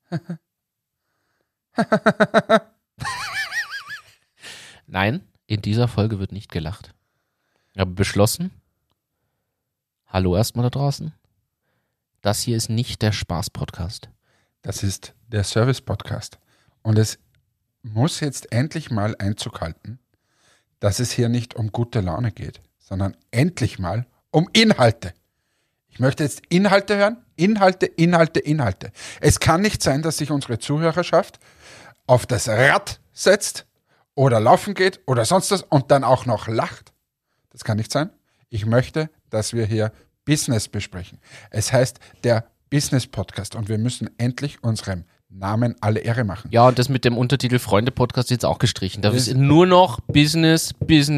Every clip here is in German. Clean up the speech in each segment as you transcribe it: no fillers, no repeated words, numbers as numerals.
Nein, in dieser Folge wird nicht gelacht. Ich habe beschlossen, hallo erstmal da draußen, das hier ist nicht der Spaß-Podcast. Das ist der Service-Podcast. Und es muss jetzt endlich mal Einzug halten, dass es hier nicht um gute Laune geht, sondern endlich mal um Inhalte. Ich möchte jetzt Inhalte hören. Inhalte. Es kann nicht sein, dass sich unsere Zuhörerschaft auf das Rad setzt oder laufen geht oder sonst was und dann auch noch lacht. Das kann nicht sein. Ich möchte, dass wir hier Business besprechen. Es heißt der Business-Podcast und wir müssen endlich unserem Namen alle Ehre machen. Ja, und das mit dem Untertitel Freunde-Podcast ist jetzt auch gestrichen. Da ist nur noch Business.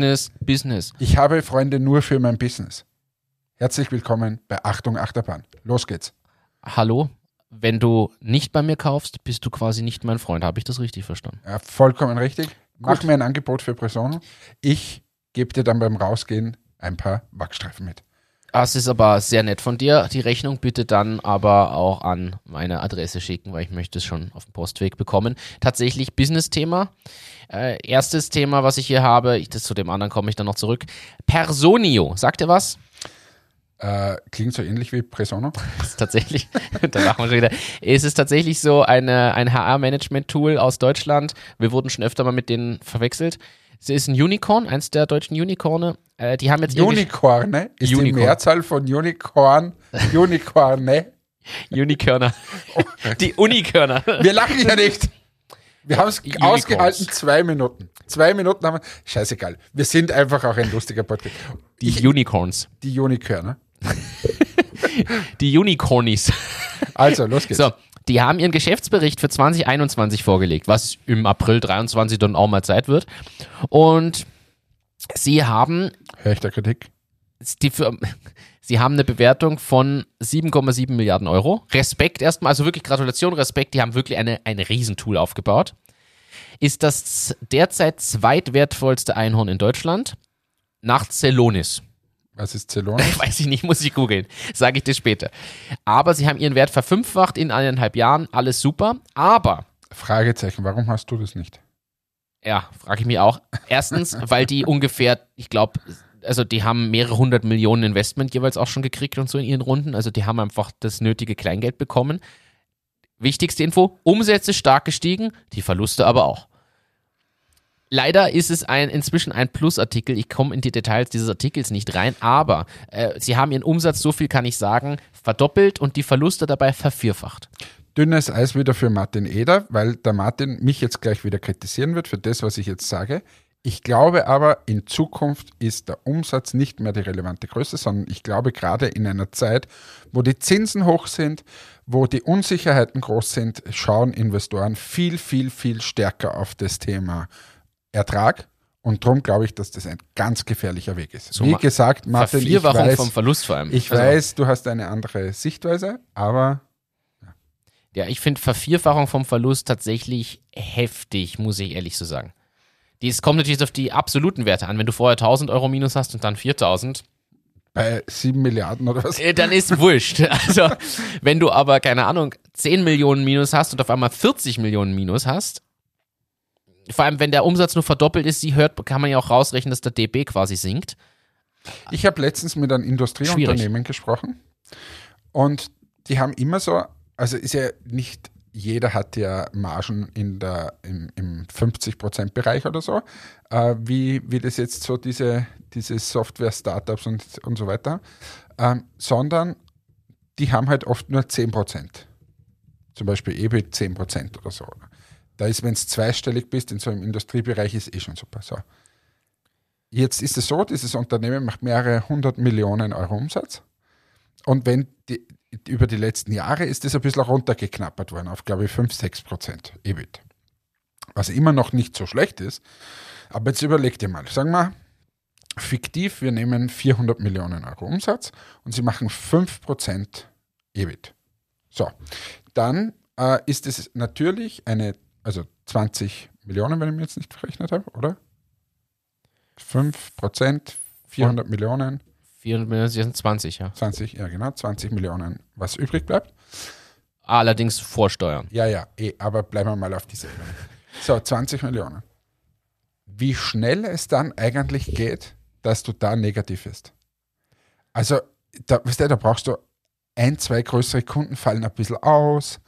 Ich habe Freunde nur für mein Business. Herzlich willkommen bei Achtung Achterbahn. Los geht's. Hallo, wenn du nicht bei mir kaufst, bist du quasi nicht mein Freund. Habe ich das richtig verstanden? Ja, vollkommen richtig. Mach mir ein Angebot für Presono. Ich gebe dir dann beim Rausgehen ein paar Wachstreifen mit. Das ist aber sehr nett von dir. Die Rechnung bitte dann aber auch an meine Adresse schicken, weil ich möchte es schon auf dem Postweg bekommen. Tatsächlich Business-Thema. Erstes Thema, was ich hier habe, zu dem anderen komme ich dann noch zurück. Personio, sagt ihr was? Klingt so ähnlich wie Presono. Das ist tatsächlich, da lachen wir schon wieder. Es ist tatsächlich so ein HR-Management-Tool aus Deutschland. Wir wurden schon öfter mal mit denen verwechselt. Es ist ein Unicorn, eins der deutschen Unicorne. Die haben jetzt Unicorne ist die Mehrzahl von Unicorn. Unicorne. Unikörner. Die Unikörner. Wir lachen ja nicht. Wir haben es ausgehalten, 2 Minuten. 2 Minuten haben wir. Scheißegal. Wir sind einfach auch ein lustiger Podcast. Die Unicorns. Die Unikörner. Die Unicornies. Also, los geht's. So, die haben ihren Geschäftsbericht für 2021 vorgelegt, was im April 23 dann auch mal Zeit wird. Und sie haben... Hör ich da Kritik? Sie haben eine Bewertung von 7,7 Milliarden Euro. Respekt erstmal, also wirklich Gratulation, Respekt. Die haben wirklich ein Riesentool aufgebaut. Ist das derzeit zweitwertvollste Einhorn in Deutschland nach Celonis. Was ist Celonis? Weiß ich nicht, muss ich googeln. Sage ich dir später. Aber sie haben ihren Wert verfünffacht in 1,5 Jahren. Alles super. Aber... Fragezeichen, warum hast du das nicht? Ja, frage ich mich auch. Erstens, weil die ungefähr, ich glaube, also die haben mehrere 100 Millionen Investment jeweils auch schon gekriegt und so in ihren Runden. Also die haben einfach das nötige Kleingeld bekommen. Wichtigste Info, Umsätze stark gestiegen, die Verluste aber auch. Leider ist es inzwischen ein Plusartikel. Ich komme in die Details dieses Artikels nicht rein, aber sie haben ihren Umsatz, so viel kann ich sagen, verdoppelt und die Verluste dabei vervierfacht. Dünnes Eis wieder für Martin Eder, weil der Martin mich jetzt gleich wieder kritisieren wird für das, was ich jetzt sage. Ich glaube aber, in Zukunft ist der Umsatz nicht mehr die relevante Größe, sondern ich glaube gerade in einer Zeit, wo die Zinsen hoch sind, wo die Unsicherheiten groß sind, schauen Investoren viel stärker auf das Thema Ertrag. Und darum glaube ich, dass das ein ganz gefährlicher Weg ist. So wie gesagt, Martin, Vervierfachung vom Verlust vor allem. Ich weiß, du hast eine andere Sichtweise, aber... Ja, ich finde Vervierfachung vom Verlust tatsächlich heftig, muss ich ehrlich so sagen. Es kommt natürlich auf die absoluten Werte an. Wenn du vorher 1.000 Euro minus hast und dann 4.000. Bei 7 Milliarden oder was? Dann ist wurscht. Also, wenn du aber, keine Ahnung, 10 Millionen minus hast und auf einmal 40 Millionen minus hast, vor allem, wenn der Umsatz nur verdoppelt ist, kann man ja auch rausrechnen, dass der DB quasi sinkt. Ich habe letztens mit einem Industrieunternehmen gesprochen und die haben immer so, also ist ja nicht, jeder hat ja Margen im 50%-Bereich oder so, wie das jetzt so diese Software-Startups und so weiter, sondern die haben halt oft nur 10%. Zum Beispiel EBIT 10% oder so. Da ist, wenn es zweistellig bist in so einem Industriebereich, ist schon super. So. Jetzt ist es so, dieses Unternehmen macht mehrere 100 Millionen Euro Umsatz und über die letzten Jahre ist das ein bisschen runtergeknappert worden auf, glaube ich, 5-6% EBIT. Was immer noch nicht so schlecht ist, aber jetzt überleg dir mal, sagen wir fiktiv, wir nehmen 400 Millionen Euro Umsatz und sie machen 5% EBIT. So, dann ist es natürlich also 20 Millionen, wenn ich mir jetzt nicht verrechnet habe, oder? 5%, 400 Millionen. 400 Millionen sind 20, ja. 20, ja genau, 20 Millionen, was übrig bleibt. allerdings vorsteuern. Ja, aber bleiben wir mal auf dieser Ebene. So, 20 Millionen. Wie schnell es dann eigentlich geht, dass du da negativ bist. Also, da brauchst du 1, 2 größere Kunden fallen ein bisschen aus.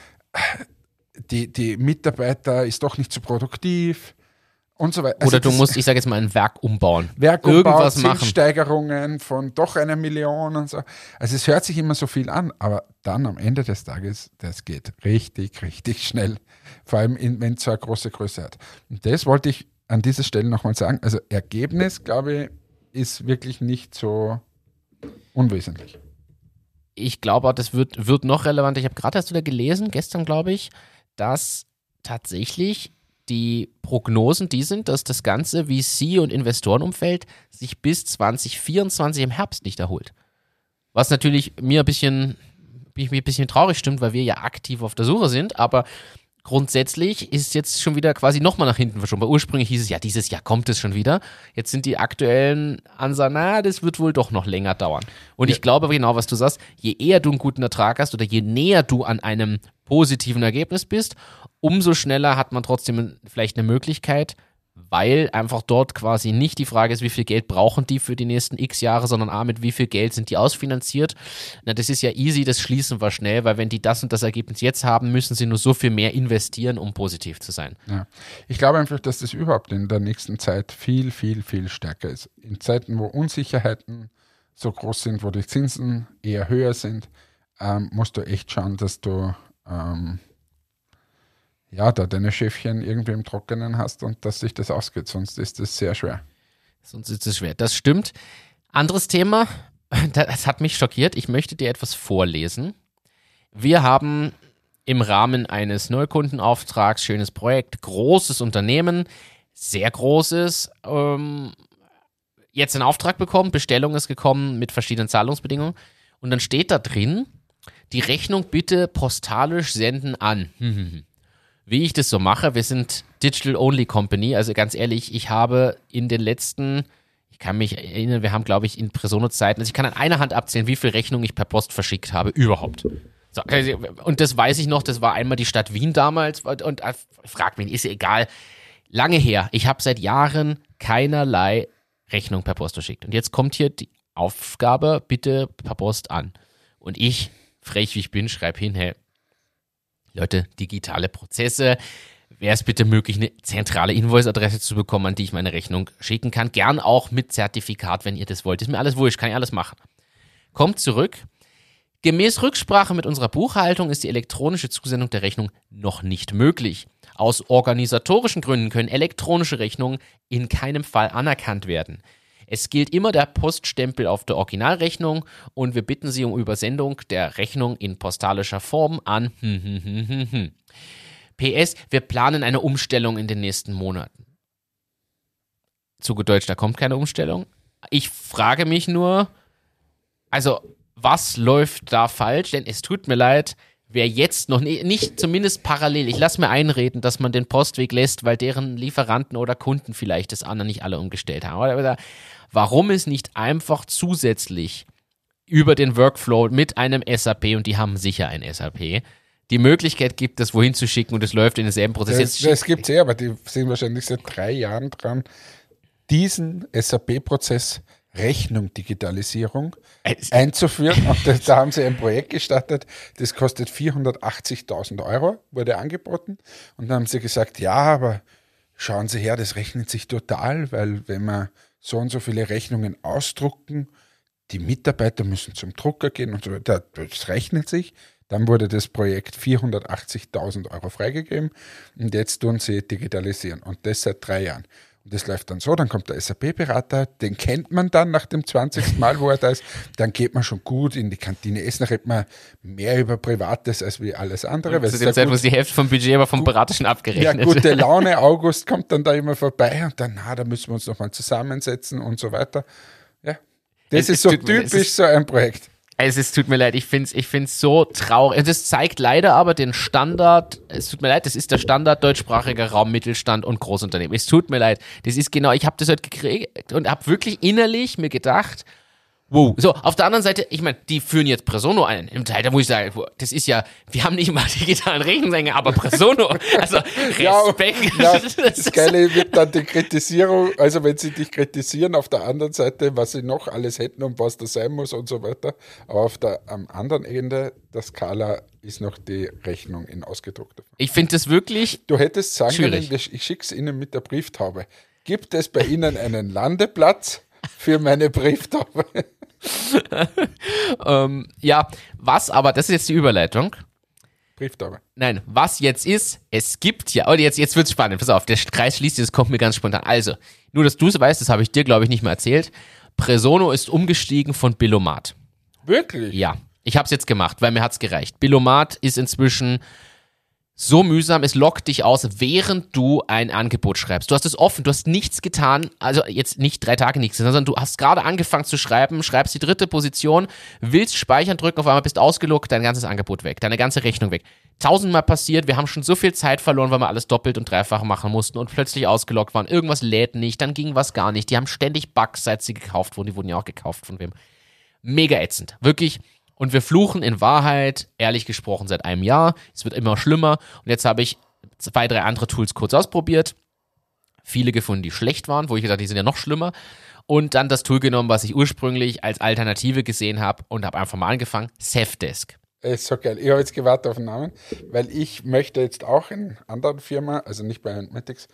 Die Mitarbeiter ist doch nicht so produktiv und so weiter. Oder du musst, ich sage jetzt mal, ein Werk umbauen. Irgendwas machen. Zinssteigerungen von doch 1 Million und so. Also es hört sich immer so viel an, aber dann am Ende des Tages, das geht richtig, richtig schnell. Vor allem, wenn es so eine große Größe hat. Und das wollte ich an dieser Stelle nochmal sagen. Also Ergebnis, glaube ich, ist wirklich nicht so unwesentlich. Ich glaube auch, das wird noch relevanter. Ich habe gerade erst wieder gelesen, gestern glaube ich, dass tatsächlich die Prognosen die sind, dass das ganze VC- und Investorenumfeld sich bis 2024 im Herbst nicht erholt. Was natürlich mir ein bisschen traurig stimmt, weil wir ja aktiv auf der Suche sind, aber grundsätzlich ist jetzt schon wieder quasi nochmal nach hinten verschoben. Weil ursprünglich hieß es ja, dieses Jahr kommt es schon wieder. Jetzt sind die aktuellen Ansagen, das wird wohl doch noch länger dauern. Und ich glaube genau, was du sagst, je eher du einen guten Ertrag hast oder je näher du an einem positiven Ergebnis bist, umso schneller hat man trotzdem vielleicht eine Möglichkeit, weil einfach dort quasi nicht die Frage ist, wie viel Geld brauchen die für die nächsten x Jahre, sondern mit wie viel Geld sind die ausfinanziert. Na, das ist ja easy, das schließen wir schnell, weil wenn die das und das Ergebnis jetzt haben, müssen sie nur so viel mehr investieren, um positiv zu sein. Ja. Ich glaube einfach, dass das überhaupt in der nächsten Zeit viel, viel, viel stärker ist. In Zeiten, wo Unsicherheiten so groß sind, wo die Zinsen eher höher sind, musst du echt schauen, dass du da deine Schäfchen irgendwie im Trockenen hast und dass sich das ausgeht, sonst ist das sehr schwer. Das stimmt. Anderes Thema, das hat mich schockiert. Ich möchte dir etwas vorlesen. Wir haben im Rahmen eines Neukundenauftrags, schönes Projekt, großes Unternehmen, sehr großes, jetzt einen Auftrag bekommen, Bestellung ist gekommen mit verschiedenen Zahlungsbedingungen und dann steht da drin, die Rechnung bitte postalisch senden an. Wie ich das so mache, wir sind Digital-Only Company, also ganz ehrlich, ich habe in den letzten, ich kann mich erinnern, wir haben, glaube ich, in Presono-Zeiten, also ich kann an einer Hand abzählen, wie viele Rechnungen ich per Post verschickt habe, überhaupt. So, und das weiß ich noch, das war einmal die Stadt Wien damals und frag mich, ist ja egal, lange her, ich habe seit Jahren keinerlei Rechnung per Post verschickt. Und jetzt kommt hier die Aufgabe, bitte per Post an. Und ich, frech wie ich bin, schreibe hin, hey, Leute, digitale Prozesse, wäre es bitte möglich, eine zentrale Invoice-Adresse zu bekommen, an die ich meine Rechnung schicken kann. Gern auch mit Zertifikat, wenn ihr das wollt. Ist mir alles wurscht, kann ich alles machen. Kommt zurück. Gemäß Rücksprache mit unserer Buchhaltung ist die elektronische Zusendung der Rechnung noch nicht möglich. Aus organisatorischen Gründen können elektronische Rechnungen in keinem Fall anerkannt werden. Es gilt immer der Poststempel auf der Originalrechnung und wir bitten Sie um Übersendung der Rechnung in postalischer Form an PS, wir planen eine Umstellung in den nächsten Monaten. Zugedeutscht, da kommt keine Umstellung. Ich frage mich nur, also was läuft da falsch? Denn es tut mir leid, wer jetzt noch nicht zumindest parallel, ich lasse mir einreden, dass man den Postweg lässt, weil deren Lieferanten oder Kunden vielleicht das andere nicht alle umgestellt haben. Oder warum es nicht einfach zusätzlich über den Workflow mit einem SAP, und die haben sicher ein SAP, die Möglichkeit gibt, das wohin zu schicken und es läuft in denselben Prozess. Das gibt es aber die sind wahrscheinlich seit 3 Jahren dran, diesen SAP-Prozess Rechnung Digitalisierung einzuführen. Und da haben sie ein Projekt gestartet, das kostet 480.000 Euro, wurde angeboten. Und dann haben sie gesagt, ja, aber schauen Sie her, das rechnet sich total, weil wenn wir so und so viele Rechnungen ausdrucken, die Mitarbeiter müssen zum Drucker gehen und so weiter, das rechnet sich. Dann wurde das Projekt 480.000 Euro freigegeben und jetzt tun sie digitalisieren und das seit 3 Jahren. Und das läuft dann so, dann kommt der SAP-Berater, den kennt man dann nach dem 20. Mal, wo er da ist, dann geht man schon gut in die Kantine essen, da redet man mehr über Privates als wie alles andere. Zu dem Zeitpunkt ist die Hälfte vom Budget aber vom Berater schon abgerechnet. Ja, gute Laune, August kommt dann da immer vorbei und dann, da müssen wir uns nochmal zusammensetzen und so weiter. Ja, das ist so typisch so ein Projekt. Es tut mir leid, ich find's so traurig. Das zeigt leider aber den Standard, es tut mir leid, das ist der Standard deutschsprachiger Raum, Mittelstand und Großunternehmen. Es tut mir leid, das ist genau, ich habe das heute gekriegt und habe wirklich innerlich mir gedacht, Wow. So, auf der anderen Seite, ich meine, die führen jetzt Presono ein. Im Teil, da muss ich sagen, das ist ja, wir haben nicht mal digitalen Rechensänger, aber Presono, also Respekt. Ja, das Geile wird dann die Kritisierung, also wenn sie dich kritisieren, auf der anderen Seite, was sie noch alles hätten und was da sein muss und so weiter. Aber am anderen Ende der Skala ist noch die Rechnung in ausgedruckter Form. Ich finde das wirklich Du hättest sagen schwierig. können, ich schicke es Ihnen mit der Brieftaube. Gibt es bei Ihnen einen Landeplatz für meine Brieftaube? Ja, was aber, das ist jetzt die Überleitung. Brieftaube. Nein, was jetzt ist, es gibt ja, und jetzt wird's spannend, pass auf, der Kreis schließt sich, das kommt mir ganz spontan. Also, nur, dass du es weißt, das habe ich dir, glaube ich, nicht mehr erzählt. Presono ist umgestiegen von Billomat. Wirklich? Ja, ich habe es jetzt gemacht, weil mir hat's gereicht. Billomat ist inzwischen so mühsam, es lockt dich aus, während du ein Angebot schreibst. Du hast es offen, du hast nichts getan, also jetzt nicht 3 Tage nichts, sondern du hast gerade angefangen zu schreiben, schreibst die 3. Position, willst speichern drücken, auf einmal bist ausgeloggt, dein ganzes Angebot weg, deine ganze Rechnung weg. 1000-mal passiert, wir haben schon so viel Zeit verloren, weil wir alles doppelt und dreifach machen mussten und plötzlich ausgeloggt waren. Irgendwas lädt nicht, dann ging was gar nicht. Die haben ständig Bugs, seit sie gekauft wurden, die wurden ja auch gekauft von wem. Mega ätzend, wirklich. Und wir fluchen in Wahrheit, ehrlich gesprochen, seit einem Jahr. Es wird immer schlimmer. Und jetzt habe ich 2, 3 andere Tools kurz ausprobiert. Viele gefunden, die schlecht waren, wo ich gedacht, die sind ja noch schlimmer. Und dann das Tool genommen, was ich ursprünglich als Alternative gesehen habe und habe einfach mal angefangen. Safdesk. Ist so geil. Ich habe jetzt gewartet auf den Namen, weil ich möchte jetzt auch in anderen Firma, also nicht bei Antmatics,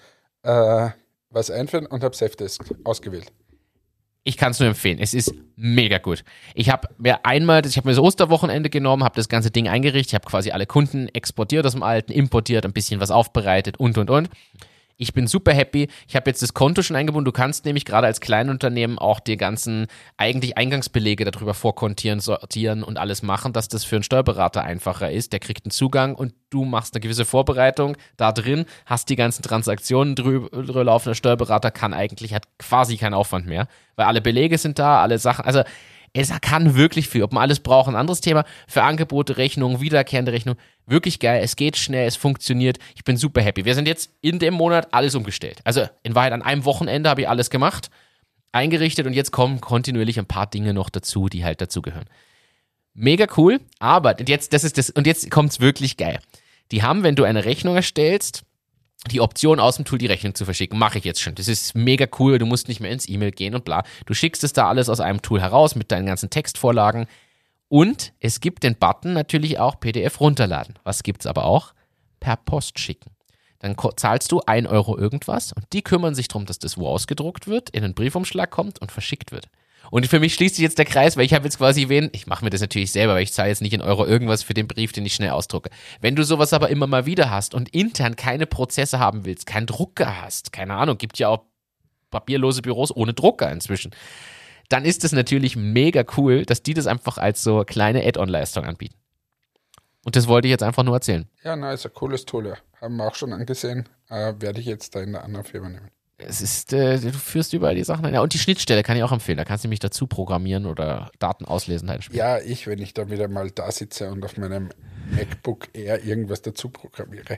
was einführen und habe Safdesk ausgewählt. Ich kann es nur empfehlen. Es ist mega gut. Ich habe mir das Osterwochenende genommen, habe das ganze Ding eingerichtet, ich habe quasi alle Kunden exportiert aus dem Alten, importiert, ein bisschen was aufbereitet und. Ich bin super happy. Ich habe jetzt das Konto schon eingebunden. Du kannst nämlich gerade als Kleinunternehmen auch die ganzen eigentlich Eingangsbelege darüber vorkontieren, sortieren und alles machen, dass das für einen Steuerberater einfacher ist. Der kriegt einen Zugang und du machst eine gewisse Vorbereitung da drin, hast die ganzen Transaktionen drüber laufen. Der Steuerberater hat quasi keinen Aufwand mehr, weil alle Belege sind da, alle Sachen. Also es kann wirklich viel. Ob man alles braucht, ein anderes Thema. Für Angebote, Rechnungen, wiederkehrende Rechnungen. Wirklich geil. Es geht schnell, es funktioniert. Ich bin super happy. Wir sind jetzt in dem Monat alles umgestellt. Also in Wahrheit an einem Wochenende habe ich alles gemacht, eingerichtet und jetzt kommen kontinuierlich ein paar Dinge noch dazu, die halt dazugehören. Mega cool. Aber jetzt kommt's wirklich geil. Die haben, wenn du eine Rechnung erstellst, die Option aus dem Tool die Rechnung zu verschicken. Mache ich jetzt schon. Das ist mega cool. Du musst nicht mehr ins E-Mail gehen und bla. Du schickst es da alles aus einem Tool heraus mit deinen ganzen Textvorlagen. Und es gibt den Button natürlich auch PDF runterladen. Was gibt's aber auch? Per Post schicken. Dann zahlst du 1 Euro irgendwas und die kümmern sich darum, dass das wo ausgedruckt wird, in einen Briefumschlag kommt und verschickt wird. Und für mich schließt sich jetzt der Kreis, weil ich habe jetzt quasi ich mache mir das natürlich selber, weil ich zahle jetzt nicht in Euro irgendwas für den Brief, den ich schnell ausdrucke. Wenn du sowas aber immer mal wieder hast und intern keine Prozesse haben willst, keinen Drucker hast, keine Ahnung, gibt ja auch papierlose Büros ohne Drucker inzwischen, dann ist es natürlich mega cool, dass die das einfach als so kleine Add-on-Leistung anbieten. Und das wollte ich jetzt einfach nur erzählen. Ja, ist ein cooles Tool. Ja. Haben wir auch schon angesehen. Werde ich jetzt da in der anderen Firma nehmen. Es ist, du führst überall die Sachen ein. Ja, und die Schnittstelle kann ich auch empfehlen. Da kannst du nämlich dazu programmieren oder Daten auslesen halt. Ja, wenn ich da wieder mal da sitze und auf meinem MacBook Air irgendwas dazu programmiere.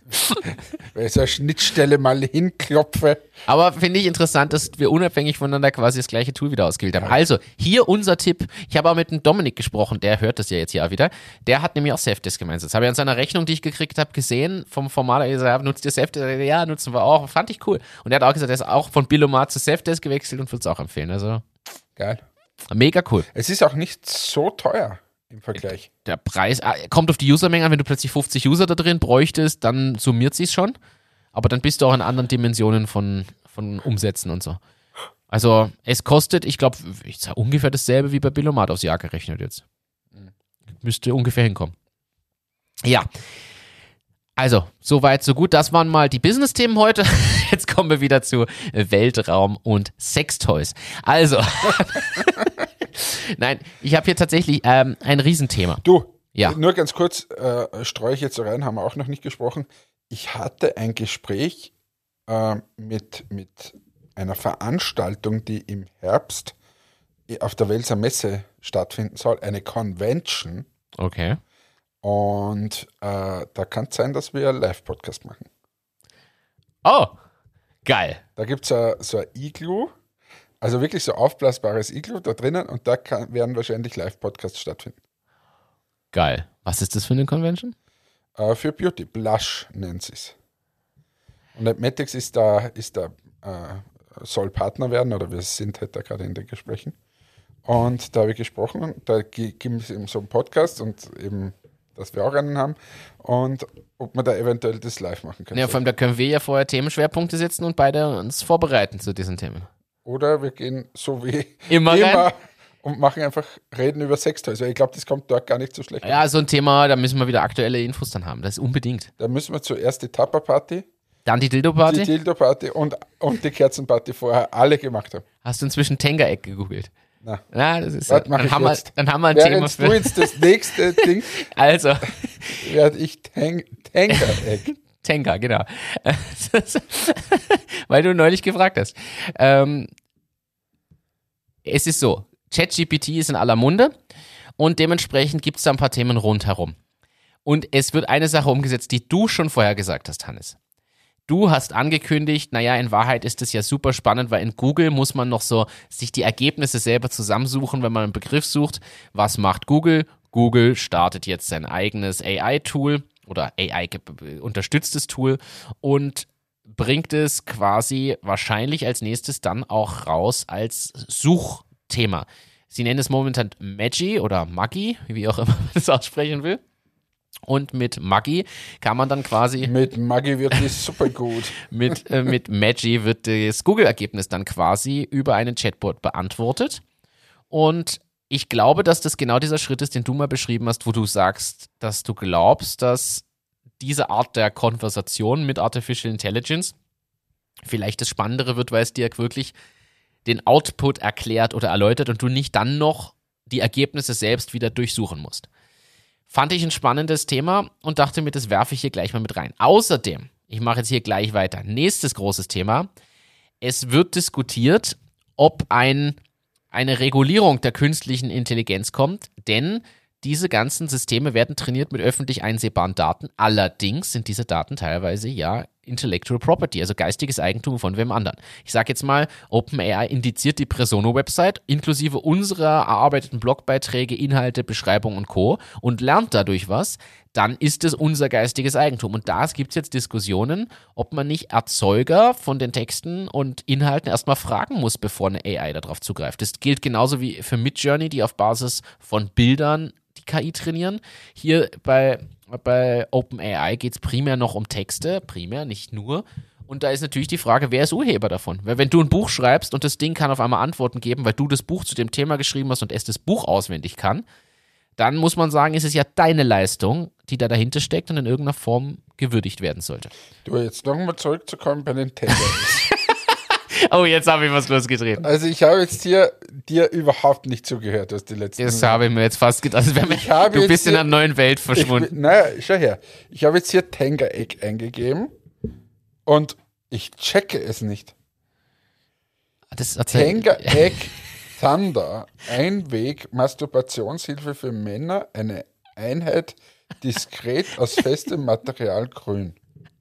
Weil ich so eine Schnittstelle mal hinklopfe. Aber finde ich interessant, dass wir unabhängig voneinander quasi das gleiche Tool wieder ausgewählt haben. Also, hier unser Tipp. Ich habe auch mit dem Dominik gesprochen, der hört das ja jetzt hier wieder. Der hat nämlich auch Safdesk gemeint. Das habe ich an seiner Rechnung, die ich gekriegt habe, gesehen vom Format. Er gesagt, nutzt ihr Safdesk? Ja, nutzen wir auch. Fand ich cool. Und er hat auch gesagt, er ist auch von Billomat zu Safdesk gewechselt und würde es auch empfehlen. Also, geil. Mega cool. Es ist auch nicht so teuer im Vergleich. Der Preis kommt auf die Usermenge an. Wenn du plötzlich 50 User da drin bräuchtest, dann summiert sich's schon. Aber dann bist du auch in anderen Dimensionen von Umsätzen und so. Also es kostet, ich glaube, ich sage ungefähr dasselbe wie bei Billomat aufs Jahr gerechnet jetzt. Müsste ungefähr hinkommen. Ja. Also, soweit, so gut. Das waren mal die Business-Themen heute. Jetzt kommen wir wieder zu Weltraum und Sextoys. Also, nein, ich habe hier tatsächlich ein Riesenthema. Du, ja. Nur ganz kurz, streue ich jetzt so rein, haben wir auch noch nicht gesprochen. Ich hatte ein Gespräch mit einer Veranstaltung, die im Herbst auf der Welser Messe stattfinden soll, eine Convention. Okay. Und da kann es sein, dass wir einen Live-Podcast machen. Oh, geil. Da gibt es so ein Igloo, Also wirklich so aufblasbares Iglu da drinnen und da werden wahrscheinlich Live-Podcasts stattfinden. Geil. Was ist das für eine Convention? Für Beauty. Blush nennt sie es. Und Admetics soll Partner werden oder wir sind halt da gerade in den Gesprächen. Und da habe ich gesprochen und da gibt es eben so einen Podcast und eben, dass wir auch einen haben und ob man da eventuell das live machen können. Ja, vor allem, da können wir ja vorher Themenschwerpunkte setzen und beide uns vorbereiten zu diesen Themen. Oder wir gehen so wie immer rein und machen einfach Reden über Sextoys. Weil ich glaube, das kommt dort gar nicht so schlecht. Ja, so ein Thema, da müssen wir wieder aktuelle Infos dann haben. Das ist unbedingt. Da müssen wir zuerst die Tupper-Party, dann die Dildo-Party. die Dildo-Party und die Kerzenparty vorher alle gemacht haben. Hast du inzwischen Tenga-Eck gegoogelt? Na. Ja, das ist Warte, dann haben wir ein Während Thema du jetzt das nächste Ding, Also, werde ich Tenga-Eck. Tenga, genau. Weil du neulich gefragt hast. Es ist so, ChatGPT ist in aller Munde und dementsprechend gibt es da ein paar Themen rundherum. Und es wird eine Sache umgesetzt, die du schon vorher gesagt hast, Hannes. Du hast angekündigt, naja, in Wahrheit ist das ja super spannend, weil in Google muss man noch so sich die Ergebnisse selber zusammensuchen, wenn man einen Begriff sucht. Was macht Google? Google startet jetzt sein eigenes AI-Tool oder AI-unterstütztes Tool und bringt es quasi wahrscheinlich als nächstes dann auch raus als Suchthema. Sie nennen es momentan Magi oder Maggi, wie auch immer man das aussprechen will. Und mit Maggi kann man dann quasi... Mit Maggi wird es super gut. mit Magi wird das Google-Ergebnis dann quasi über einen Chatbot beantwortet. Und ich glaube, dass das genau dieser Schritt ist, den du mal beschrieben hast, wo du sagst, dass du glaubst, dass diese Art der Konversation mit Artificial Intelligence vielleicht das Spannendere wird, weil es dir wirklich den Output erklärt oder erläutert und du nicht dann noch die Ergebnisse selbst wieder durchsuchen musst. Fand ich ein spannendes Thema und dachte mir, das werfe ich hier gleich mal mit rein. Außerdem, ich mache jetzt hier gleich weiter, nächstes großes Thema, es wird diskutiert, ob eine Regulierung der künstlichen Intelligenz kommt, denn diese ganzen Systeme werden trainiert mit öffentlich einsehbaren Daten. Allerdings sind diese Daten teilweise ja Intellectual Property, also geistiges Eigentum von wem anderen. Ich sage jetzt mal, OpenAI indiziert die Presono-Website inklusive unserer erarbeiteten Blogbeiträge, Inhalte, Beschreibung und Co. und lernt dadurch was, dann ist es unser geistiges Eigentum. Und da gibt es jetzt Diskussionen, ob man nicht Erzeuger von den Texten und Inhalten erstmal fragen muss, bevor eine AI darauf zugreift. Das gilt genauso wie für Midjourney, die auf Basis von Bildern die KI trainieren. Hier bei OpenAI geht es primär noch um Texte, primär, nicht nur. Und da ist natürlich die Frage, wer ist Urheber davon? Weil wenn du ein Buch schreibst und das Ding kann auf einmal Antworten geben, weil du das Buch zu dem Thema geschrieben hast und es das Buch auswendig kann, dann muss man sagen, ist es ja deine Leistung, die da dahinter steckt und in irgendeiner Form gewürdigt werden sollte. Du, jetzt nochmal zurückzukommen bei den Tenders. Oh, jetzt habe ich was losgetreten. Also ich habe jetzt dir überhaupt nicht zugehört, was die letzten... Das habe ich mir jetzt fast gedacht. Also du bist in einer neuen Welt verschwunden. Naja, schau her. Ich habe jetzt hier Tenga-Egg eingegeben und ich checke es nicht. Tenga-Egg Thunder, Einweg, Masturbationshilfe für Männer, eine Einheit, diskret aus festem Material grün.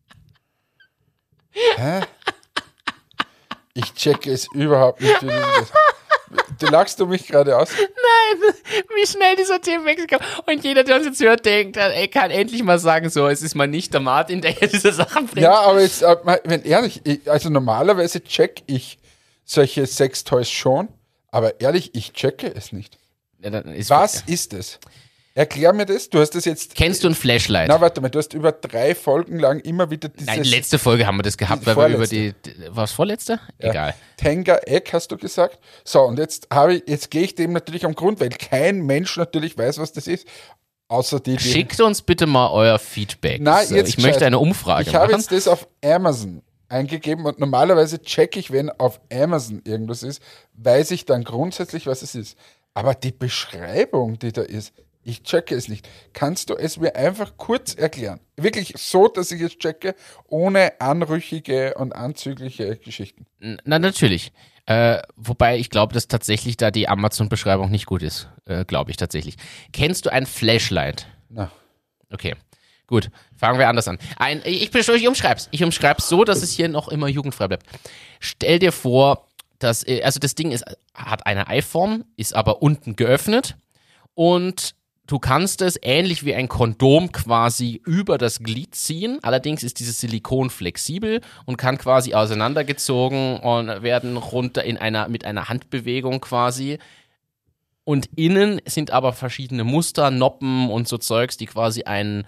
Hä? Ich checke es überhaupt nicht. Du lachst du mich gerade aus? Nein, wie schnell dieser Themenwechsel kam. Und jeder, der uns jetzt hört, denkt, er kann endlich mal sagen, so, es ist mal nicht der Martin, der hier diese Sachen bringt. Ja, aber jetzt, wenn ehrlich, also normalerweise check ich solche Sextoys schon, aber ehrlich, ich checke es nicht. Ja, was ist es? Erklär mir das. Du hast das jetzt... Kennst du ein Flashlight? Na, warte mal, du hast über 3 Folgen lang immer wieder dieses... Nein, letzte Folge haben wir das gehabt, weil wir über die... War es vorletzte? Ja. Egal. Tenga-Egg hast du gesagt. So, und jetzt gehe ich dem natürlich am Grund, weil kein Mensch natürlich weiß, was das ist. Außer die... Schickt uns bitte mal euer Feedback. Nein, jetzt ich möchte eine Umfrage machen. Ich habe jetzt das auf Amazon eingegeben und normalerweise checke ich, wenn auf Amazon irgendwas ist, weiß ich dann grundsätzlich, was es ist. Aber die Beschreibung, die da ist, ich checke es nicht. Kannst du es mir einfach kurz erklären? Wirklich so, dass ich es checke, ohne anrüchige und anzügliche Geschichten. Na, natürlich. Wobei ich glaube, dass tatsächlich da die Amazon-Beschreibung nicht gut ist. Glaube ich tatsächlich. Kennst du ein Flashlight? Na. Okay. Gut, fangen wir anders an. Ich umschreib's. Ich umschreib's so, dass es hier noch immer jugendfrei bleibt. Stell dir vor, also das Ding hat eine Eiform, ist aber unten geöffnet und du kannst es ähnlich wie ein Kondom quasi über das Glied ziehen. Allerdings ist dieses Silikon flexibel und kann quasi auseinandergezogen und werden runter mit einer Handbewegung quasi. Und innen sind aber verschiedene Muster, Noppen und so Zeugs, die quasi eine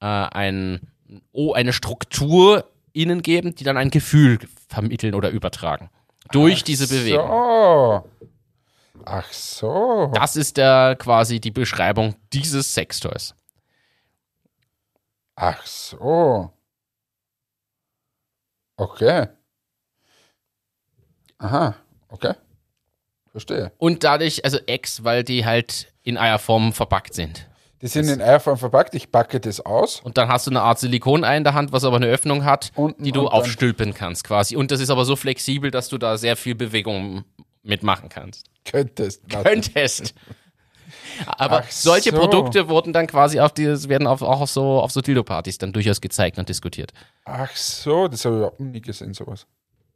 Struktur innen geben, die dann ein Gefühl vermitteln oder übertragen. Durch diese Bewegung. So. Ach so. Das ist quasi die Beschreibung dieses Sextoys. Ach so. Okay. Aha, okay. Verstehe. Und dadurch, also weil die halt in Eierform verpackt sind. Die sind in Eierform verpackt, ich packe das aus. Und dann hast du eine Art Silikon-Ei in der Hand, was aber eine Öffnung hat, Unten die du und dann- aufstülpen kannst quasi. Und das ist aber so flexibel, dass du da sehr viel Bewegung mitmachen kannst. Könntest. Könntest. Aber Ach solche so. Produkte wurden dann quasi werden auch auf so Dildo-Partys dann durchaus gezeigt und diskutiert. Ach so, das habe ich überhaupt nie gesehen, sowas.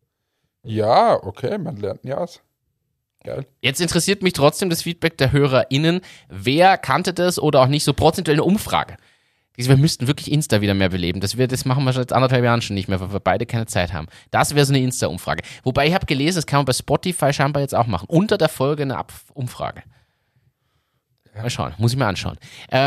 Ja, okay, man lernt ja aus. Geil. Jetzt interessiert mich trotzdem das Feedback der HörerInnen. Wer kannte das oder auch nicht? So prozentuell eine Umfrage. Wir müssten wirklich Insta wieder mehr beleben. Das machen wir seit 1,5 Jahren schon nicht mehr, weil wir beide keine Zeit haben. Das wäre so eine Insta-Umfrage. Wobei ich habe gelesen, das kann man bei Spotify scheinbar jetzt auch machen. Unter der Folge eine Umfrage. Ja. Mal schauen, muss ich mir anschauen.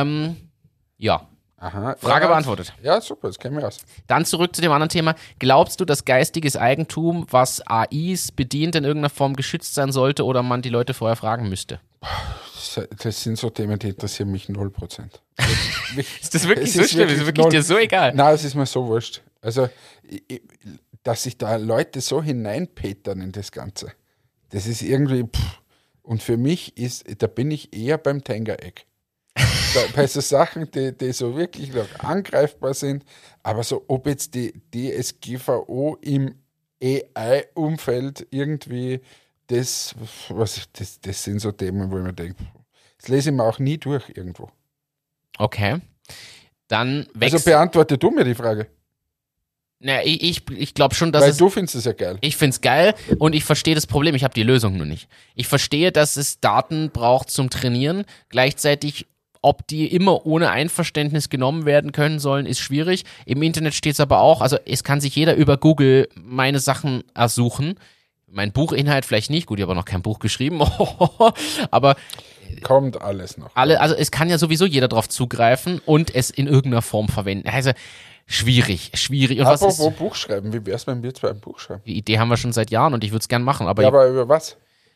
Ja, Aha. Frage ja, beantwortet. Ja, super, das kennen wir aus. Dann zurück zu dem anderen Thema. Glaubst du, dass geistiges Eigentum, was AIs bedient, in irgendeiner Form geschützt sein sollte oder man die Leute vorher fragen müsste? Das sind so Themen, die interessieren mich 0%. Ist das wirklich Es so ist schlimm? Ist wirklich wirklich dir so egal? Nein, es ist mir so wurscht. Also, dass sich da Leute so hineinpetern in das Ganze, das ist irgendwie, und für mich da bin ich eher beim Tenga-Eck. Bei so Sachen, die so wirklich noch angreifbar sind, aber so, ob jetzt die DSGVO im AI-Umfeld irgendwie das sind so Themen, wo ich mir denke, das lese ich mir auch nie durch irgendwo. Okay. Dann Also beantworte du mir die Frage. Na, ich glaube schon, dass Weil du findest es ja geil. ich finde es geil und ich verstehe das Problem. Ich habe die Lösung nur nicht. Ich verstehe, dass es Daten braucht zum Trainieren. Gleichzeitig, ob die immer ohne Einverständnis genommen werden können sollen, ist schwierig. Im Internet steht es aber auch, also es kann sich jeder über Google meine Sachen ersuchen. Mein Buchinhalt vielleicht nicht. Gut, ich habe auch noch kein Buch geschrieben. Aber Kommt alles noch. also es kann ja sowieso jeder drauf zugreifen und es in irgendeiner Form verwenden. Also schwierig. Und Apropos Buch schreiben, wie wär's, wenn wir zwei ein Buch schreiben? die Idee haben wir schon seit Jahren und ich würde es gern machen. Aber, Ja, aber über was?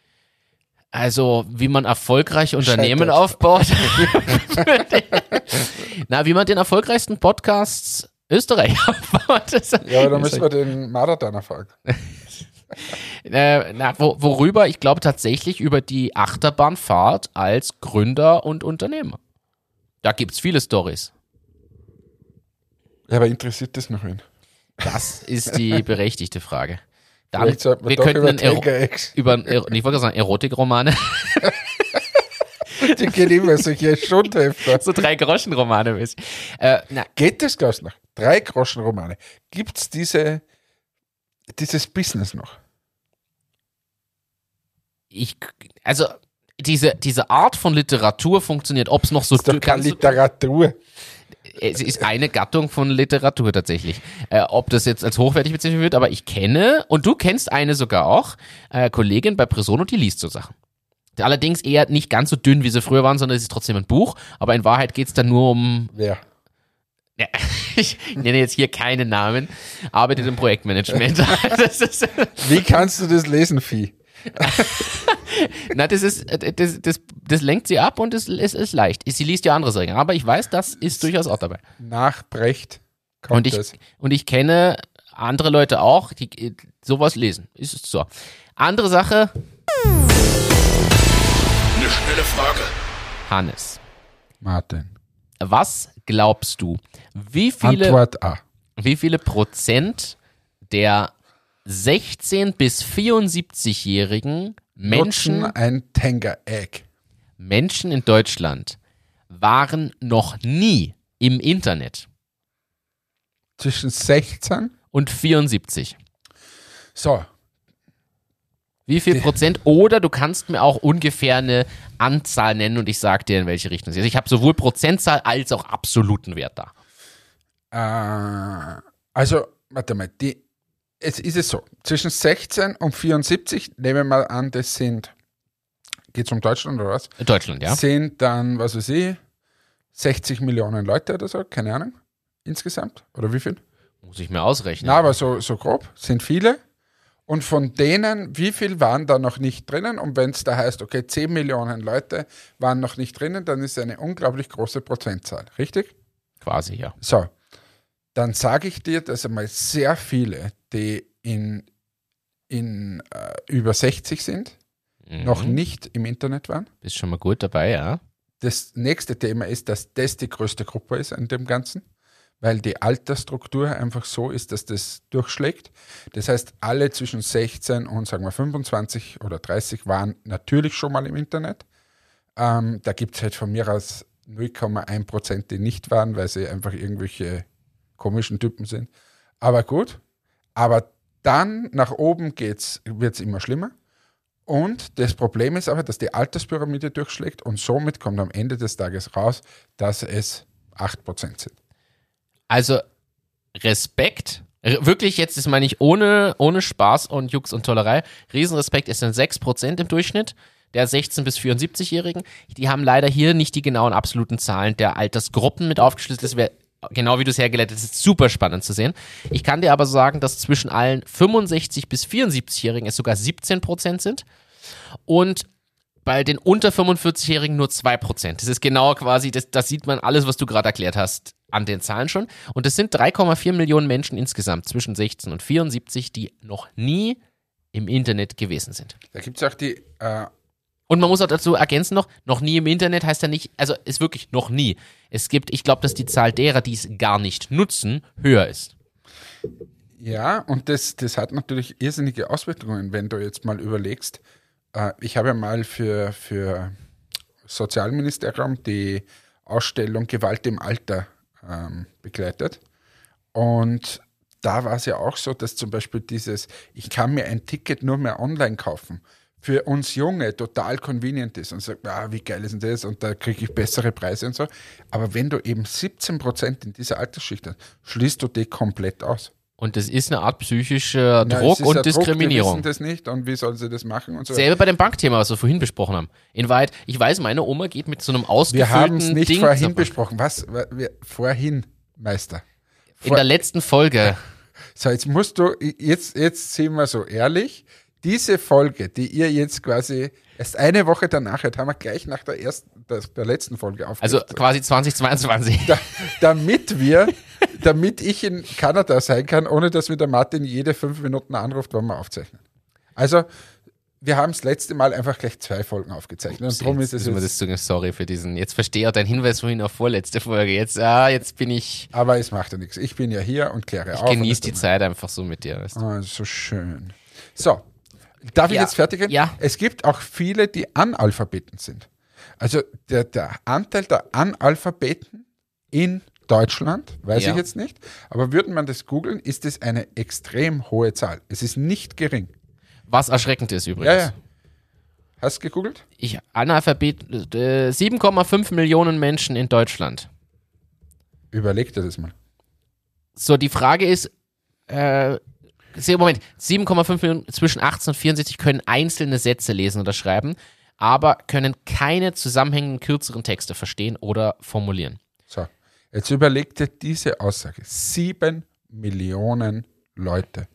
also wie man erfolgreiche Unternehmen Scheitert. aufbaut. Wie man den erfolgreichsten Podcasts Österreich aufbaut. Ja, aber da müssen wir den Marathon fragen. Worüber? Ich glaube tatsächlich über die Achterbahnfahrt als Gründer und Unternehmer. Da gibt es viele Storys. Ja, aber interessiert das noch wen? Das ist die berechtigte Frage. Dann, Vielleicht sollten wir wir doch könnten über einen Tenga-Ex. ich wollte gerade sagen, Erotikromane, Die gehen immer solche Schundhefter. so 3-Groschen-Romane. Geht das Gas noch? 3-Groschen-Romane. Gibt es dieses Business noch? Also diese Art von Literatur funktioniert, ob es noch so Das ist doch keine Literatur. Es ist eine Gattung von Literatur tatsächlich. Ob das jetzt als hochwertig bezeichnet wird, aber ich kenne, und du kennst eine sogar auch, Kollegin bei Presono, die liest so Sachen. Allerdings eher nicht ganz so dünn, wie sie früher waren, sondern es ist trotzdem ein Buch, aber in Wahrheit geht es dann nur um, Wer? ja, ich nenne jetzt hier keinen Namen, arbeitet im Projektmanagement. Wie kannst du das lesen, Vieh? Das lenkt sie ab und es ist leicht. Sie liest ja andere Sachen, aber ich weiß, das ist durchaus auch dabei. Nach Brecht kommt das. Und ich kenne andere Leute auch, die sowas lesen. Ist so. Andere Sache, Eine schnelle Frage. Hannes. Martin. Was glaubst du, wie viele Antwort A. Prozent der 16- bis 74-jährigen Nutzen Menschen ein Tenga-Egg. in Deutschland waren noch nie im Internet? Zwischen 16 Und 74. So. Wie viel Prozent? Oder du kannst mir auch ungefähr eine Anzahl nennen und ich sage dir, in welche Richtung es ist. Ich habe sowohl Prozentzahl als auch absoluten Wert da. Also, warte mal, es ist es so, zwischen 16 und 74, nehmen wir mal an, das sind, geht es um Deutschland oder was? Deutschland, ja. Sind dann, was weiß ich, 60 Millionen Leute oder so, keine Ahnung, insgesamt, oder wie viel? Muss ich mir ausrechnen. Na, aber so grob, sind viele. Und von denen, wie viel waren da noch nicht drinnen? Und wenn es da heißt, okay, 10 Millionen Leute waren noch nicht drinnen, dann ist eine unglaublich große Prozentzahl, richtig? Quasi, ja. So, dann sage ich dir, dass einmal sehr viele, die über 60 sind, noch nicht im Internet waren. Bist schon mal gut dabei, ja. Das nächste Thema ist, dass das die größte Gruppe ist an dem Ganzen, weil die Altersstruktur einfach so ist, dass das durchschlägt. Das heißt, alle zwischen 16 und sagen wir 25 oder 30 waren natürlich schon mal im Internet. Da gibt es halt von mir aus 0,1%, die nicht waren, weil sie einfach irgendwelche komischen Typen sind. Aber gut. Aber dann nach oben wird es immer schlimmer. Und das Problem ist aber, dass die Alterspyramide durchschlägt und somit kommt am Ende des Tages raus, dass es 8% sind. Also Respekt, wirklich jetzt, das meine ich ohne Spaß und Jux und Tollerei, Riesenrespekt, es sind 6% im Durchschnitt der 16- bis 74-Jährigen. Die haben leider hier nicht die genauen absoluten Zahlen der Altersgruppen mit aufgeschlüsselt. Das wäre, genau wie du es hergeleitet hast, super spannend zu sehen. Ich kann dir aber sagen, dass zwischen allen 65- bis 74-Jährigen es sogar 17% sind und bei den unter 45-Jährigen nur 2%. Das ist genau quasi, das sieht man alles, was du gerade erklärt hast, an den Zahlen schon. Und es sind 3,4 Millionen Menschen insgesamt zwischen 16 und 74, die noch nie im Internet gewesen sind. Da gibt es auch die... Und man muss auch dazu ergänzen noch nie im Internet heißt ja nicht, also ist wirklich noch nie. Es gibt, ich glaube, dass die Zahl derer, die es gar nicht nutzen, höher ist. Ja, und das hat natürlich irrsinnige Auswirkungen, wenn du jetzt mal überlegst. Ich habe ja mal für Sozialministerium die Ausstellung Gewalt im Alter begleitet. Und da war es ja auch so, dass zum Beispiel ich kann mir ein Ticket nur mehr online kaufen, für uns Junge total convenient ist und sagt, wie geil ist denn das? Und da kriege ich bessere Preise und so. Aber wenn du eben 17% in dieser Altersschicht hast, schließt du die komplett aus. Und das ist eine Art psychischer Druck und Diskriminierung. Die wissen das nicht und wie sollen sie das machen und so. Selber bei dem Bankthema, was wir vorhin besprochen haben. In Wahrheit, ich weiß, meine Oma geht mit so einem ausgefüllten Wir haben es nicht Ding vorhin besprochen. Was? Vorhin, Meister. In der letzten Folge. So, jetzt musst du, jetzt sind wir so ehrlich, diese Folge, die ihr jetzt quasi erst eine Woche danach hört, haben wir gleich nach der letzten Folge aufgenommen. Also quasi 2022. Damit ich in Kanada sein kann, ohne dass mir der Martin jede 5 Minuten anruft, wann wir aufzeichnen. Also, wir haben das letzte Mal einfach gleich 2 Folgen aufgezeichnet. Und darum ist es jetzt. Sorry für diesen. Jetzt verstehe ich deinen Hinweis vorhin auf vorletzte Folge. Jetzt bin ich. Aber es macht ja nichts. Ich bin ja hier und kläre auf. Ich genieße die Zeit einfach so mit dir. Weißt du? Oh, so schön. So. Darf ich jetzt fertig gehen? Ja. Es gibt auch viele, die Analphabeten sind. Also der Anteil der Analphabeten in Deutschland, weiß ich jetzt nicht, aber würde man das googeln, ist es eine extrem hohe Zahl. Es ist nicht gering. Was erschreckend ist übrigens. Ja. Hast du gegoogelt? Analphabet, 7,5 Millionen Menschen in Deutschland. Überleg dir das mal. So, die Frage ist, Moment, 7,5 Millionen zwischen 18 und 64 können einzelne Sätze lesen oder schreiben, aber können keine zusammenhängenden kürzeren Texte verstehen oder formulieren. So, jetzt überleg dir diese Aussage. 7 Millionen Leute.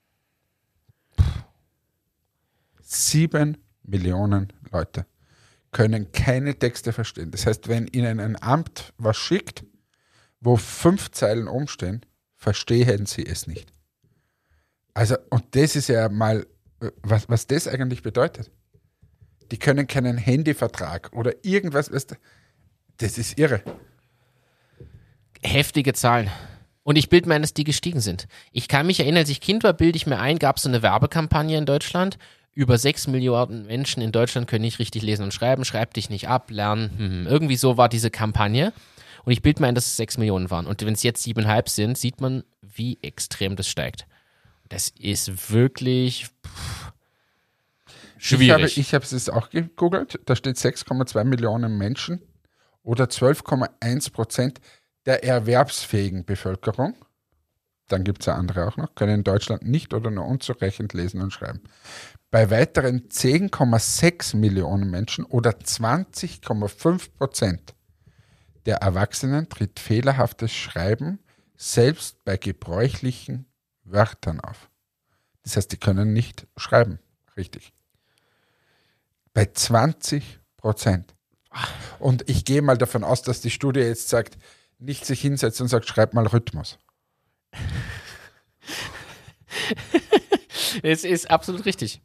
7 Millionen Leute können keine Texte verstehen. Das heißt, wenn ihnen ein Amt was schickt, wo 5 Zeilen umstehen, verstehen sie es nicht. Also, und das ist ja mal, was das eigentlich bedeutet. Die können keinen Handyvertrag oder irgendwas, weißt du, das ist irre. Heftige Zahlen. Und ich bilde mir ein, dass die gestiegen sind. Ich kann mich erinnern, als ich Kind war, bilde ich mir ein, gab es so eine Werbekampagne in Deutschland. Über 6 Milliarden Menschen in Deutschland können nicht richtig lesen und schreiben. Schreib dich nicht ab, lernen. Irgendwie so war diese Kampagne. Und ich bilde mir ein, dass es 6 Millionen waren. Und wenn es jetzt 7,5 sind, sieht man, wie extrem das steigt. Das ist wirklich Schwierig. Ich habe es jetzt auch gegoogelt. Da steht 6,2 Millionen Menschen oder 12,1% der erwerbsfähigen Bevölkerung. Dann gibt es ja andere auch noch, können in Deutschland nicht oder nur unzureichend lesen und schreiben. Bei weiteren 10,6 Millionen Menschen oder 20,5% der Erwachsenen tritt fehlerhaftes Schreiben selbst bei gebräuchlichen Wörtern auf. Das heißt, die können nicht schreiben, richtig. Bei 20%. Und ich gehe mal davon aus, dass die Studie jetzt sagt, nicht sich hinsetzt und sagt, schreib mal Rhythmus. Es ist absolut richtig.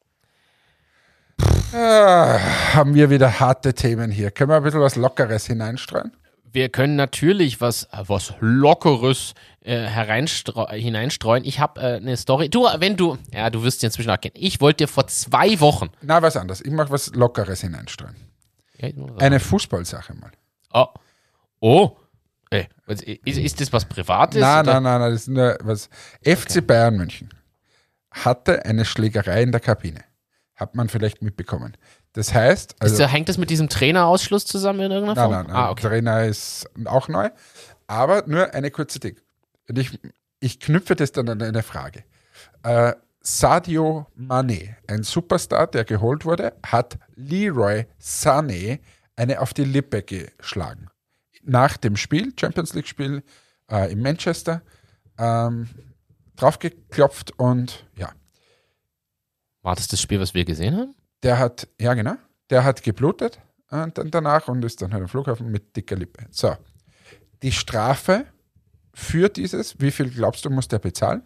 Haben wir wieder harte Themen hier. Können wir ein bisschen was Lockeres hineinstreuen? Wir können natürlich was Lockeres hineinstreuen. Ich habe eine Story. Du wirst sie inzwischen auch kennen. Ich wollte dir vor 2 Wochen. Na, was anderes. Ich mache was Lockeres hineinstreuen. Eine Fußballsache mal. Oh. Ist das was Privates? Nein, das ist nur was. FC Bayern München hatte eine Schlägerei in der Kabine. Hat man vielleicht mitbekommen. Das heißt. Also, hängt das mit diesem Trainerausschluss zusammen in irgendeiner Form? Nein. Okay. Der Trainer ist auch neu. Aber nur eine kurze Ding. Und ich knüpfe das dann an eine Frage. Sadio Mané, ein Superstar, der geholt wurde, hat Leroy Sané eine auf die Lippe geschlagen. Nach dem Spiel, Champions League-Spiel in Manchester, draufgeklopft und ja. War das Spiel, was wir gesehen haben? Der hat geblutet dann danach und ist dann halt am Flughafen mit dicker Lippe. So, die Strafe für dieses, wie viel glaubst du, muss der bezahlen?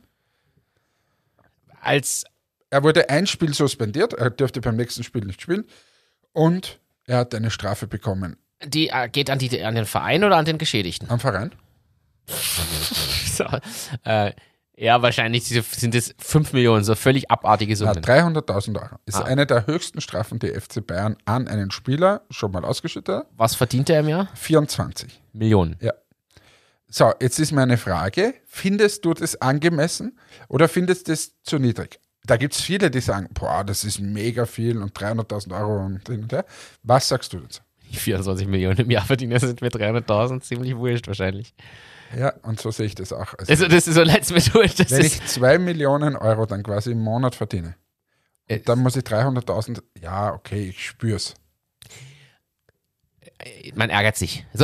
Er wurde ein Spiel suspendiert, er dürfte beim nächsten Spiel nicht spielen und er hat eine Strafe bekommen. Die geht an den Verein oder an den Geschädigten? Am Verein? So, ja, wahrscheinlich sind es 5 Millionen, so völlig abartige Summen. 300.000 Euro. Ist eine der höchsten Strafen, die FC Bayern an einen Spieler schon mal ausgeschüttet hat. Was verdient er im Jahr? 24 Millionen. Ja. So, jetzt ist meine Frage, findest du das angemessen oder findest du das zu niedrig? Da gibt es viele, die sagen, boah, das ist mega viel und 300.000 Euro und hin und her. Was sagst du dazu? Die 24 Millionen im Jahr verdienen, sind mit 300.000 ziemlich wurscht wahrscheinlich. Ja, und so sehe ich das auch. Also das ist so leid mir durch. Wenn ich 2 Millionen Euro dann quasi im Monat verdiene, dann muss ich 300.000, ja, okay, ich spür's. Man ärgert sich. So.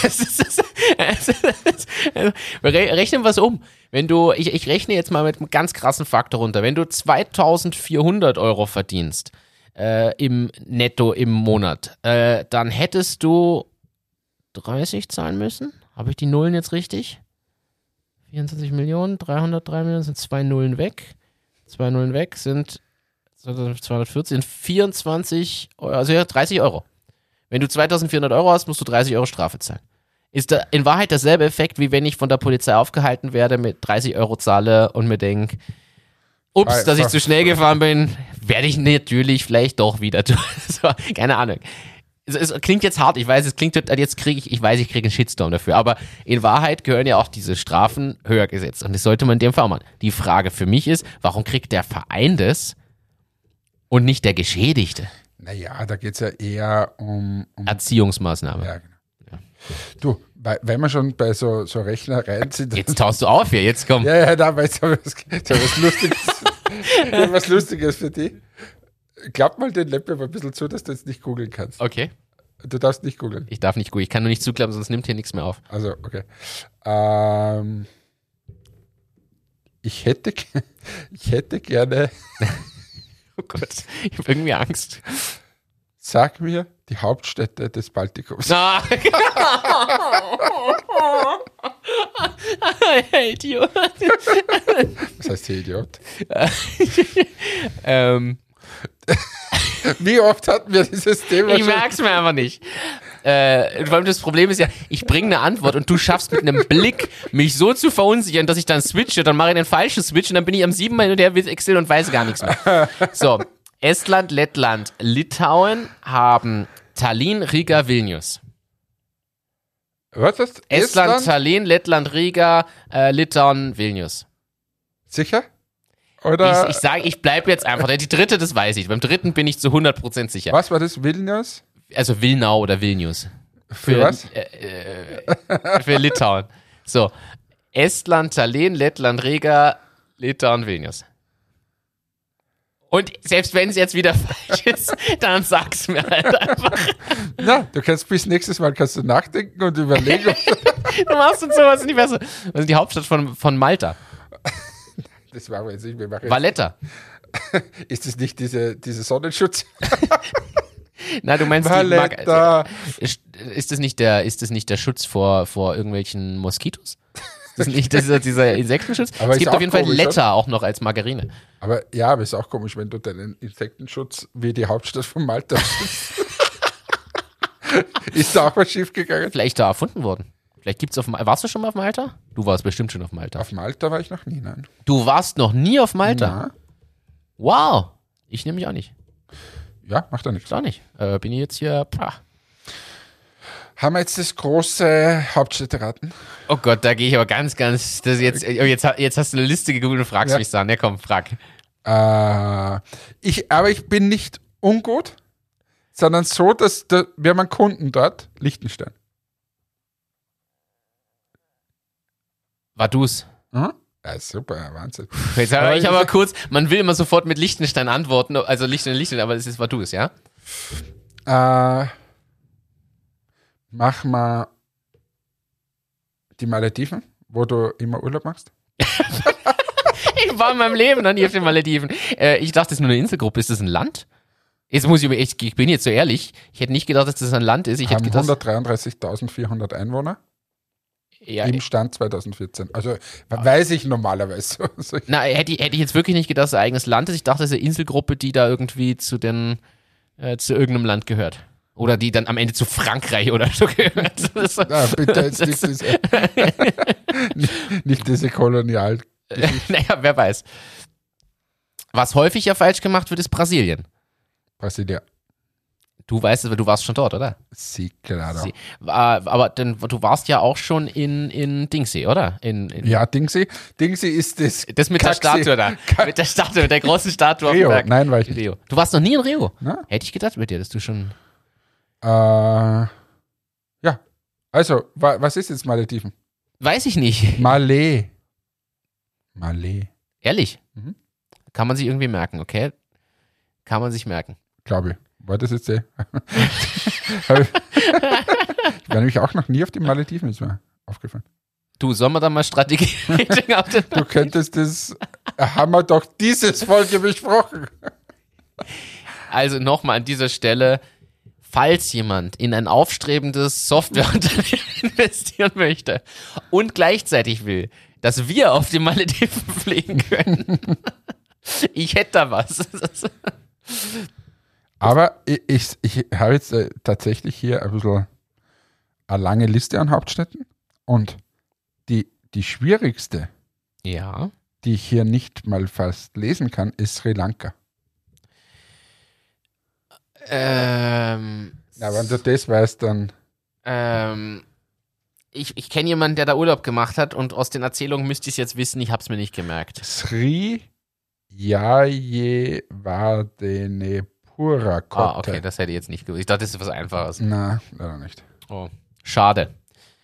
Rechnen wir es um. Wenn du, ich rechne jetzt mal mit einem ganz krassen Faktor runter. Wenn du 2.400 Euro verdienst im Netto im Monat, dann hättest du 30 zahlen müssen. Habe ich die Nullen jetzt richtig? 24 Millionen, 303 Millionen sind 2 Nullen weg. 2 Nullen weg sind 240, sind 24 Euro, also ja, 30 Euro. Wenn du 2.400 Euro hast, musst du 30 Euro Strafe zahlen. Ist da in Wahrheit derselbe Effekt, wie wenn ich von der Polizei aufgehalten werde, mit 30 Euro zahle und mir denke, ups, dass ich zu schnell gefahren bin, werde ich natürlich vielleicht doch wieder tun. So, keine Ahnung. Es klingt jetzt hart, ich weiß, ich kriege einen Shitstorm dafür, aber in Wahrheit gehören ja auch diese Strafen höher gesetzt und das sollte man in dem Fall machen. Die Frage für mich ist, warum kriegt der Verein das und nicht der Geschädigte? Naja, da geht es ja eher um Erziehungsmaßnahme. Ja, genau. Ja. Du, weil wir schon bei so Rechnereien sind. Jetzt taust du auf hier, jetzt komm. Ja, da habe ich was Lustiges. Was Lustiges für dich. Klapp mal den Laptop ein bisschen zu, dass du jetzt nicht googeln kannst. Okay. Du darfst nicht googeln. Ich darf nicht googeln, ich kann nur nicht zuklappen, sonst nimmt hier nichts mehr auf. Also, okay. Ich hätte gerne. Oh Gott, ich habe irgendwie Angst. Sag mir die Hauptstädte des Baltikums. Ah. Idiot. Was heißt hier Idiot? Wie oft hatten wir dieses Thema Ich merk's mir einfach nicht. Vor allem das Problem ist ja, ich bringe eine Antwort und du schaffst mit einem Blick, mich so zu verunsichern, dass ich dann switche, dann mache ich den falschen Switch und dann bin ich am 7 Mal hin und her wechseln und weiß gar nichts mehr. So, Estland, Lettland, Litauen haben Tallinn, Riga, Vilnius. Was ist Estland, Tallinn, Lettland, Riga, Litauen, Vilnius. Sicher? Oder Ich sage, ich bleibe jetzt einfach. Die dritte, das weiß ich. Beim dritten bin ich zu 100% sicher. was war das? Vilnius? Also Wilnau oder Vilnius. Für was? Für Litauen. So. Estland, Tallinn, Lettland, Riga, Litauen, Vilnius. Und selbst wenn es jetzt wieder falsch ist, dann sag's mir halt einfach. Na, du kannst bis nächstes Mal nachdenken und überlegen. Du machst uns sowas nicht besser. Was ist die Hauptstadt von Malta? Das war jetzt nicht mehr. Valletta. Ist das nicht diese Sonnenschutz? Na, du meinst Valletta. Ist das nicht der Schutz vor irgendwelchen Moskitos? Das ist nicht dieser Insektenschutz? Aber es gibt ist auf jeden Fall komisch, Letta auch noch als Margarine. Aber ist auch komisch, wenn du deinen Insektenschutz wie die Hauptstadt von Malta schützt. Ist da auch was schief gegangen? Vielleicht da erfunden worden. Vielleicht gibt's warst du schon mal auf Malta? Du warst bestimmt schon auf Malta. Auf Malta war ich noch nie, nein. Du warst noch nie auf Malta? Na? Wow. Ich nehme mich auch nicht. Ja, macht ja nichts. Auch nicht. Bin ich jetzt hier, Haben wir jetzt das große Hauptstädteraten? Oh Gott, da gehe ich aber ganz, jetzt hast du eine Liste gegoogelt und fragst mich dann. Ja, komm, frag. Aber ich bin nicht ungut, sondern so, dass wir haben einen Kunden dort, Liechtenstein. War du's? Mhm. Ja, super, Wahnsinn. Jetzt habe ich aber kurz, man will immer sofort mit Liechtenstein antworten, also Liechtenstein, aber es ist Vaduz, ja? Mach mal die Malediven, wo du immer Urlaub machst. Ich war in meinem Leben noch nie auf den Malediven. Ich dachte, das ist nur eine Inselgruppe. Ist das ein Land? Jetzt muss ich bin jetzt so ehrlich, ich hätte nicht gedacht, dass das ein Land ist. Ich hätte haben gedacht, 133.400 Einwohner ja, im Stand 2014. Also weiß ich normalerweise. Na, hätte ich jetzt wirklich nicht gedacht, dass es ein eigenes Land ist. Ich dachte, das ist eine Inselgruppe, die da irgendwie zu irgendeinem Land gehört. Oder die dann am Ende zu Frankreich oder so gehört. Na, bitte jetzt nicht diese Kolonial. Naja, wer weiß. Was häufig ja falsch gemacht wird, ist Brasilien. Brasilia. Du weißt es, weil du warst schon dort, oder? Sí, claro. Aber du warst ja auch schon in Dingsee, oder? Ja, Dingsee. Dingsee ist das. Das mit der Statue da. Mit der Statue, mit der großen Statue Rio. auf dem Berg. Nein, war ich nicht. Rio. Du warst noch nie in Rio? Na? Hätte ich gedacht mit dir, dass du schon... Ja. Also, was ist jetzt Malediven? Weiß ich nicht. Malé. Ehrlich? Mhm. Kann man sich irgendwie merken, okay? Kann man sich merken. Glaube ich. War das jetzt ich war nämlich auch noch nie auf die Malediven, ist mir aufgefallen. Du, sollen wir da mal Strategie auf den Du könntest das, haben wir doch dieses Folge besprochen. Also nochmal an dieser Stelle, falls jemand in ein aufstrebendes Softwareunternehmen investieren möchte und gleichzeitig will, dass wir auf die Malediven fliegen können, ich hätte da was. Aber ich habe jetzt tatsächlich hier ein bisschen eine lange Liste an Hauptstädten und die schwierigste, Ja. die ich hier nicht mal fast lesen kann, ist Sri Lanka. Na, wenn du das weißt, dann... Ich kenne jemanden, der da Urlaub gemacht hat und aus den Erzählungen müsste ich es jetzt wissen, ich habe es mir nicht gemerkt. Sri Jayewardenepura Kotte. Okay, das hätte ich jetzt nicht gewusst. Ich dachte, das ist was Einfaches. Na, leider nicht. Oh, schade.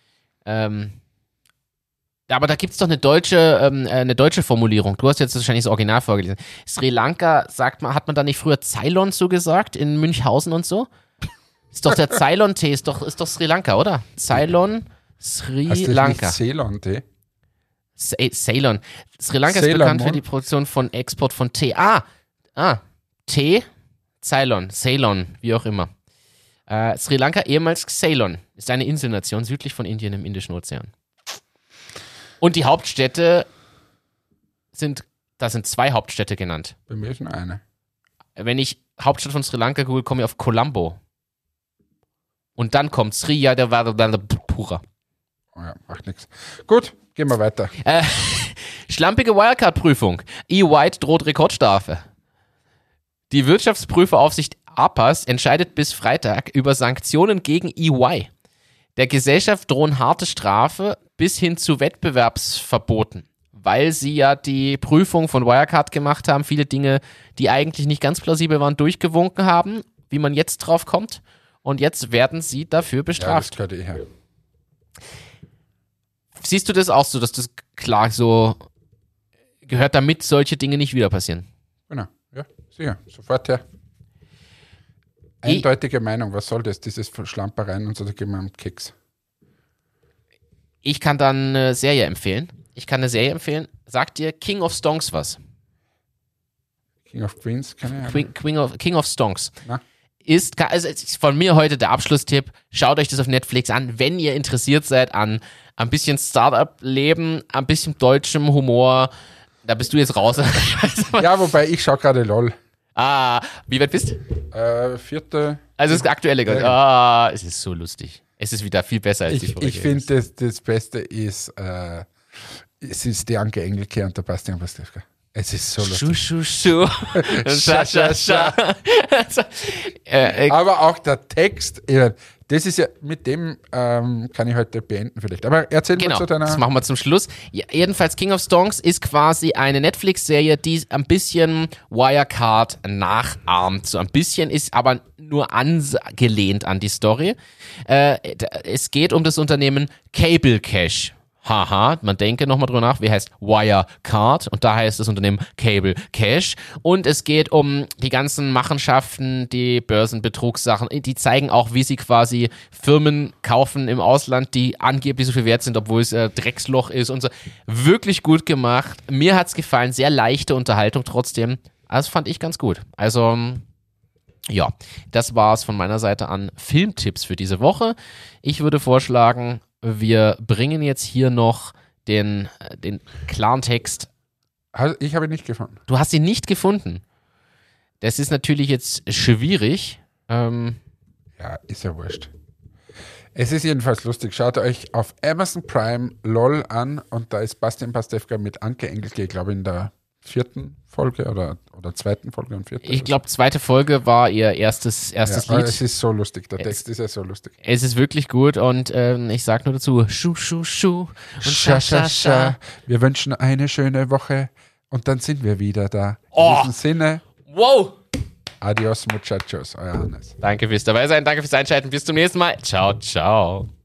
Aber da gibt es doch eine deutsche Formulierung. Du hast jetzt wahrscheinlich das Original vorgelesen. Sri Lanka, hat man da nicht früher Ceylon so gesagt, in Münchhausen und so? Ist doch der Ceylon-Tee, ist doch Sri Lanka, oder? Ceylon, Sri Hast du Lanka. nicht Ceylon-Tee? Ceylon. Sri Lanka ist Ceylon, bekannt für Mann. die Produktion von Export von Tee. Tee, Ceylon, wie auch immer. Sri Lanka, ehemals Ceylon, ist eine Inselnation südlich von Indien im Indischen Ozean. Und die Hauptstädte sind 2 Hauptstädte genannt. Bei mir ist nur eine. Wenn ich Hauptstadt von Sri Lanka google, komme ich auf Colombo. Und dann kommt Sri Jayewardenepura. Oh ja, macht nichts. Gut, gehen wir weiter. Schlampige Wildcard-Prüfung. E-White droht Rekordstrafe. Die Wirtschaftsprüferaufsicht APAS entscheidet bis Freitag über Sanktionen gegen EY. Der Gesellschaft drohen harte Strafe bis hin zu Wettbewerbsverboten, weil sie ja die Prüfung von Wirecard gemacht haben, viele Dinge, die eigentlich nicht ganz plausibel waren, durchgewunken haben, wie man jetzt drauf kommt. Und jetzt werden sie dafür bestraft. Ja, das gehört her. Siehst du das auch so, dass das klar so gehört, damit solche Dinge nicht wieder passieren? Genau, ja, sicher, sofort her. Eindeutige Meinung, was soll das, dieses Schlampereien und so, da gehen wir am Keks. Ich kann dann eine Serie empfehlen. Sagt dir King of Stonks was? King of Queens, keine Ahnung. King of Stonks. Na? Ist von mir heute der Abschlusstipp. Schaut euch das auf Netflix an, wenn ihr interessiert seid an ein bisschen Startup-Leben, ein bisschen deutschem Humor. Da bist du jetzt raus. Ja, wobei ich schaue gerade LOL. Wie weit bist du? 4. Also das aktuelle. Ja. Es ist so lustig. Es ist wieder viel besser als die vorige. Ich finde, das Beste ist, es ist die Anke Engelke und der Bastian Pastewka. Es ist so lustig. Schu. Scha. Aber auch der Text, das ist ja, mit dem kann ich heute beenden vielleicht. Aber erzähl mal zu deiner... das machen wir zum Schluss. Ja, jedenfalls King of Stonks ist quasi eine Netflix-Serie, die ein bisschen Wirecard nachahmt. So ein bisschen ist aber nur angelehnt an die Story. Es geht um das Unternehmen Cable Cash. Haha, man denke nochmal drüber nach, wie heißt Wirecard und da heißt das Unternehmen Cable Cash und es geht um die ganzen Machenschaften, die Börsenbetrugssachen, die zeigen auch, wie sie quasi Firmen kaufen im Ausland, die angeblich so viel wert sind, obwohl es Drecksloch ist und so. Wirklich gut gemacht, mir hat's gefallen, sehr leichte Unterhaltung trotzdem, das fand ich ganz gut. Also ja, das war's von meiner Seite an Filmtipps für diese Woche. Ich würde vorschlagen, wir bringen jetzt hier noch den klaren Text. Ich habe ihn nicht gefunden. Du hast ihn nicht gefunden. Das ist natürlich jetzt schwierig. Ja, ist ja wurscht. Es ist jedenfalls lustig. Schaut euch auf Amazon Prime LOL an und da ist Bastian Pastewka mit Anke Engelke, glaube ich, in der 4. Folge oder 2. Folge und 4. Ich glaube, 2. Folge war ihr erstes Lied. Es ist so lustig, der Text ist ja so lustig. Es ist wirklich gut und ich sag nur dazu, Schu und Scha. Wir wünschen eine schöne Woche und dann sind wir wieder da. In diesem Sinne. Wow! Adios, muchachos, euer Hannes. Danke fürs Dabeisein, danke fürs Einschalten, bis zum nächsten Mal. Ciao, ciao.